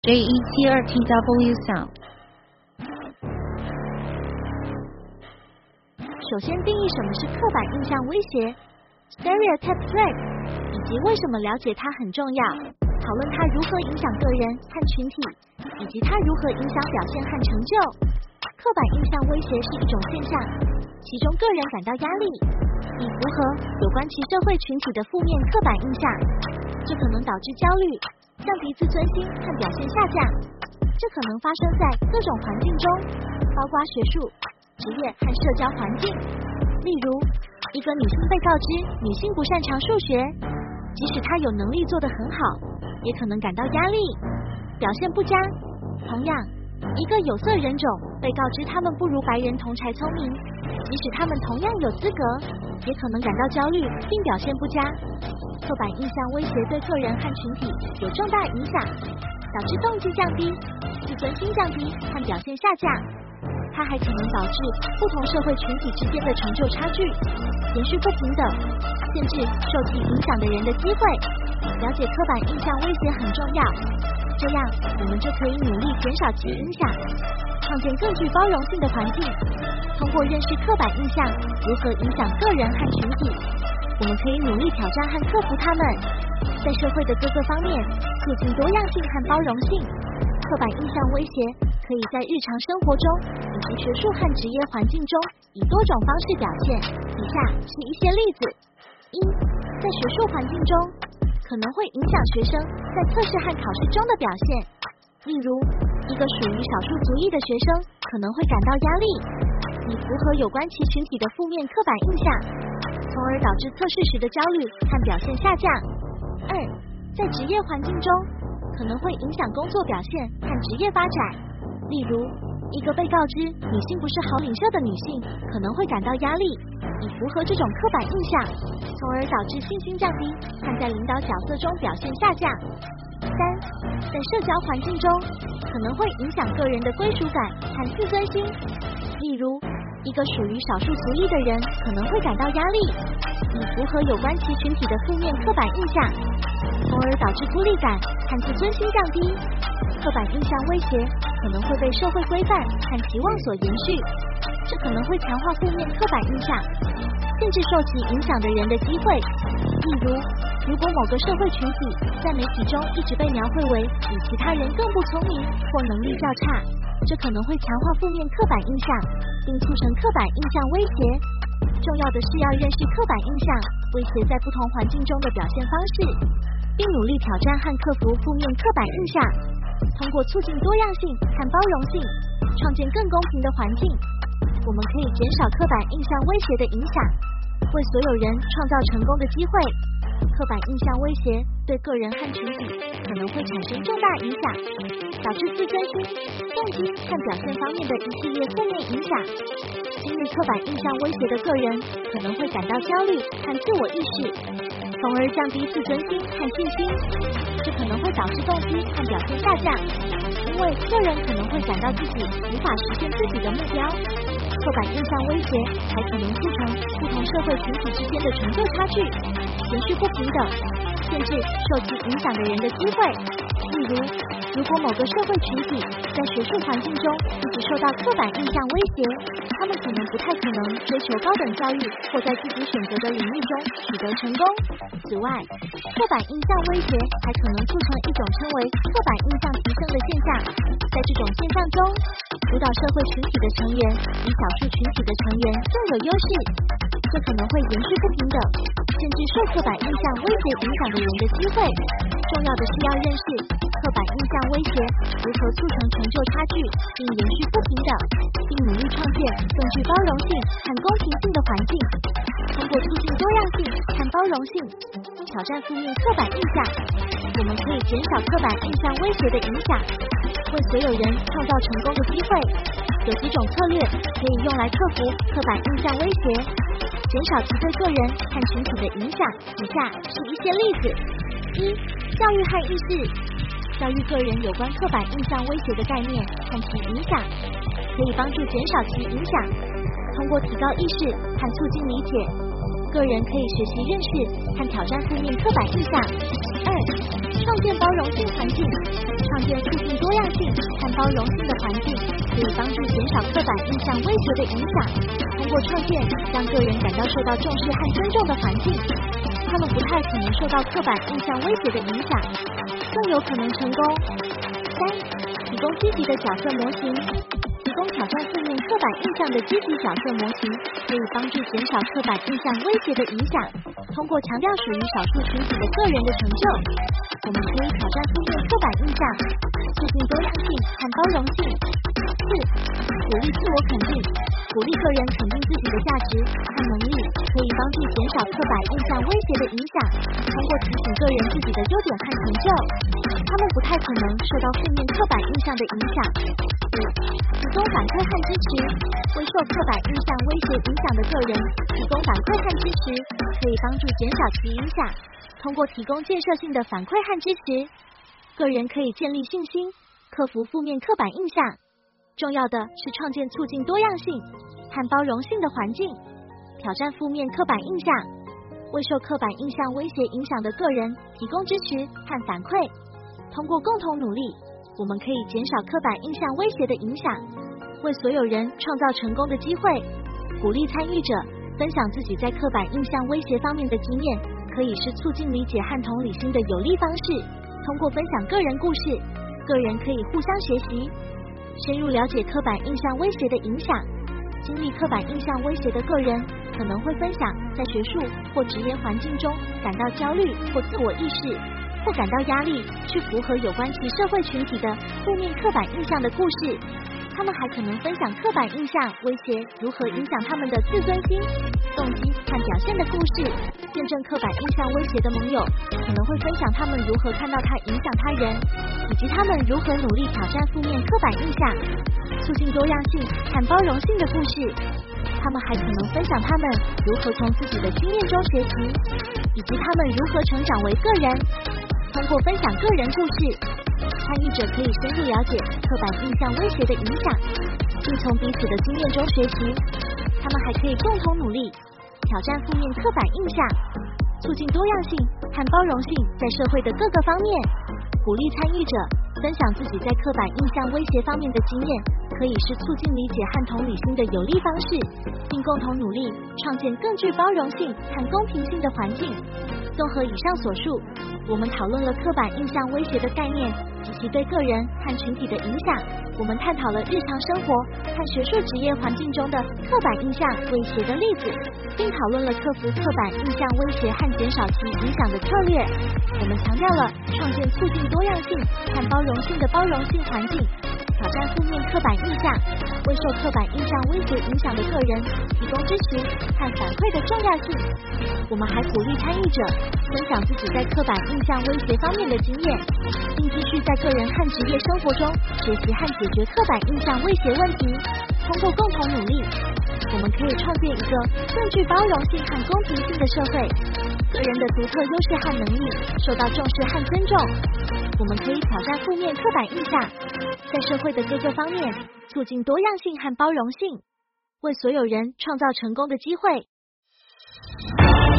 JE72TW Sound。 首先定义什么是刻板印象威胁 （stereotype threat） 以及为什么了解它很重要，讨论它如何影响个人和群体，以及它如何影响表现和成就。刻板印象威胁是一种现象，其中个人感到压力，以符合有关其社会群体的负面刻板印象，这可能导致焦虑、降低自尊心和表现下降。这可能发生在各种环境中，包括学术、职业和社交环境。例如，一个女性被告知女性不擅长数学，即使她有能力做得很好，也可能感到压力，表现不佳。同样，一个有色人种被告知他们不如白人同侪聪明，即使他们同样有资格，也可能感到焦虑并表现不佳。刻板印象威胁对个人和群体有重大影响，导致动机降低、自尊心降低和表现下降。它还可能导致不同社会群体之间的成就差距、延续不平等，限制受其影响的人的机会。了解刻板印象威胁很重要，这样我们就可以努力减少其影响，创建更具包容性的环境。通过认识刻板印象如何影响个人和群体，我们可以努力挑战和克服它们，在社会的各个方面促进多样性和包容性。刻板印象威胁可以在日常生活中以及学术和职业环境中以多种方式表现。以下是一些例子：一，在学术环境中，可能会影响学生在测试和考试中的表现。例如，一个属于少数族裔的学生可能会感到压力，以符合有关其群体的负面刻板印象，从而导致测试时的焦虑和表现下降。二，在职业环境中，可能会影响工作表现和职业发展。例如，一个被告知女性不是好领袖的女性可能会感到压力，以符合这种刻板印象，从而导致信心降低和在领导角色中表现下降。三，在社交环境中，可能会影响个人的归属感和自尊心。例如，一个属于少数族裔的人可能会感到压力，以符合有关其群体的负面刻板印象，从而导致孤立感和自尊心降低。刻板印象威胁可能会被社会规范和期望所延续，这可能会强化负面刻板印象，限制受其影响的人的机会。例如，如果某个社会群体在媒体中一直被描绘为比其他人更不聪明或能力较差，这可能会强化负面刻板印象，并促成刻板印象威胁。重要的是要认识刻板印象威胁在不同环境中的表现方式，并努力挑战和克服负面刻板印象。通过促进多样性和包容性，创建更公平的环境，我们可以减少刻板印象威胁的影响，为所有人创造成功的机会。刻板印象威胁对个人和群体可能会产生重大影响，导致自尊心、动机和表现方面的一系列负面影响。经历刻板印象威胁的个人可能会感到焦虑和自我意识，从而降低自尊心和信心。这可能会导致动机和表现下降，因为个人可能会感到自己无法实现自己的目标。刻板印象威胁还可能促成不同社会群体之间的成就差距，延续不平等，限制受其影响的人的机会。例如，如果某个社会群体在学术环境中一直受到刻板印象威胁，他们可能不太可能追求高等教育或在自己选择的领域中取得成功。此外，刻板印象威胁还可能促成一种称为刻板印象提升的现象。在这种现象中，主导社会群体的成员比少数群体的成员更有优势，这可能会延续不平等，限制受刻板印象威胁影响的人的机会。重要的是要认识刻板印象威胁如何促成成就差距，并延续不平等，并努力创建更具包容性和公平性的环境。通过促进多样性和包容性，挑战负面刻板印象，我们可以减少刻板印象威胁的影响，为所有人创造成功的机会。有几种策略可以用来克服刻板印象威胁，减少其对个人和群体的影响。以下是一些例子：一、教育和意识。教育个人有关刻板印象威胁的概念和其影响，可以帮助减少其影响。通过提高意识和促进理解，个人可以学习认识和挑战负面刻板印象。二、创建包容性环境。创建促进多包容性的环境，可以帮助减少刻板印象威胁的影响。通过创建让个人感到受到重视和尊重的环境，他们不太可能受到刻板印象威胁的影响，更有可能成功。3. 提供积极的角色模型。提供挑战负面刻板印象的积极角色模型，可以帮助减少刻板印象威胁的影响。通过强调属于少数群体的个人的成就，我们可以挑战负面刻板印象，促进多样性和包容性。4. 鼓励自我肯定。鼓励个人肯定自己的价值和能力，可以帮助减少刻板印象威胁的影响。通过提醒个人自己的优点和成就，他们不太可能受到负面刻板印象的影响。5. 提供反馈和支持。为受刻板印象威胁影响的个人提供反馈和支持，可以帮助减少其影响。通过提供建设性的反馈和支持，个人可以建立信心，克服负面刻板印象。重要的是创建促进多样性和包容性的环境，挑战负面刻板印象，为受刻板印象威胁影响的个人提供支持和反馈。通过共同努力，我们可以减少刻板印象威胁的影响，为所有人创造成功的机会。鼓励参与者分享自己在刻板印象威胁方面的经验，可以是促进理解和同理心的有力方式。通过分享个人故事，个人可以互相学习，深入了解刻板印象威胁的影响。经历刻板印象威胁的个人可能会分享在学术或职业环境中感到焦虑或自我意识，或感到压力去符合有关其社会群体的负面刻板印象的故事。他们还可能分享刻板印象威胁如何影响他们的自尊心、动机和表现的故事。见证刻板印象威胁的盟友可能会分享他们如何看到它影响他人，以及他们如何努力挑战负面刻板印象，促进多样性和包容性的故事。他们还可能分享他们如何从自己的经验中学习，以及他们如何成长为个人。通过分享个人故事，参与者可以深入了解刻板印象威胁的影响，并从彼此的经验中学习。他们还可以共同努力，挑战负面刻板印象，促进多样性和包容性在社会的各个方面。鼓励参与者分享自己在刻板印象威胁方面的经验，可以是促进理解和同理心的有力方式，并共同努力创建更具包容性和公平性的环境。综合以上所述，我们讨论了刻板印象威胁的概念及其对个人和群体的影响。我们探讨了日常生活和学术职业环境中的刻板印象威胁的例子，并讨论了克服刻板印象威胁和减少其影响的策略。我们强调了创建促进多样性和包容性的包容性环境，挑战负面刻板印象，为受刻板印象威胁影响的个人提供支持和反馈的重要性。我们还鼓励参与者分享自己在刻板印象威胁方面的经验，并继续在个人和职业生活中学习和解决刻板印象威胁问题。通过共同努力，我们可以创建一个更具包容性和公平性的社会。个人的独特优势和能力受到重视和尊重。我们可以挑战负面刻板印象，在社会的各个方面促进多样性和包容性，为所有人创造成功的机会。